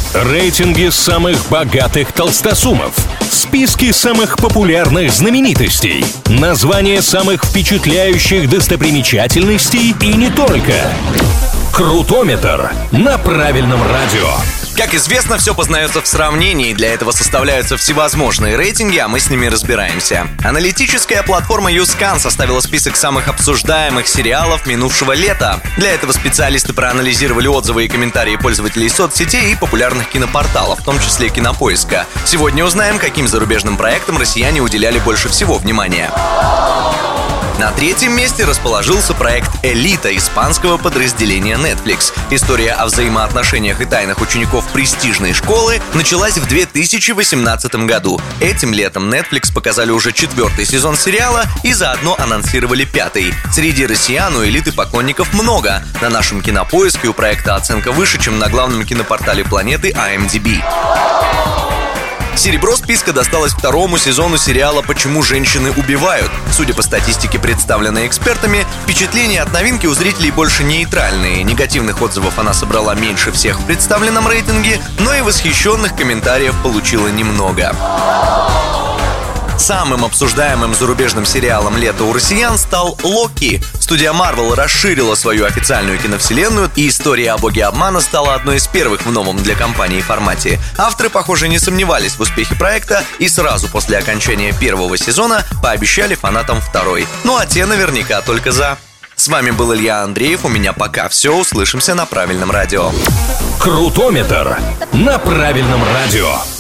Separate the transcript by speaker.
Speaker 1: Рейтинги самых богатых толстосумов. Списки самых популярных знаменитостей. Названия самых впечатляющих достопримечательностей и не только. Крутометр на правильном радио.
Speaker 2: Как известно, все познается в сравнении, для этого составляются всевозможные рейтинги, а мы с ними разбираемся. Аналитическая платформа YouScan составила список самых обсуждаемых сериалов минувшего лета. Для этого специалисты проанализировали отзывы и комментарии пользователей соцсетей и популярных кинопорталов, в том числе Кинопоиска. Сегодня узнаем, каким зарубежным проектам россияне уделяли больше всего внимания. На третьем месте расположился проект «Элита» испанского подразделения Netflix. История о взаимоотношениях и тайнах учеников престижной школы началась в 2018 году. Этим летом Netflix показали уже 4-й сезон сериала и заодно анонсировали 5-й. Среди россиян у «Элиты» поклонников много. На нашем Кинопоиске у проекта оценка выше, чем на главном кинопортале планеты IMDb. Серебро списка досталось 2-му сезону сериала «Почему женщины убивают». Судя по статистике, представленной экспертами, впечатления от новинки у зрителей больше нейтральные. Негативных отзывов она собрала меньше всех в представленном рейтинге, но и восхищенных комментариев получила немного. Самым обсуждаемым зарубежным сериалом лета у россиян стал «Локи». Студия Marvel расширила свою официальную киновселенную, и история о боге обмана стала одной из первых в новом для компании формате. Авторы, похоже, не сомневались в успехе проекта и сразу после окончания 1-го сезона пообещали фанатам 2-й. Ну а те наверняка только за. С вами был Илья Андреев, у меня пока все, услышимся на правильном радио.
Speaker 1: Крутометр на правильном радио.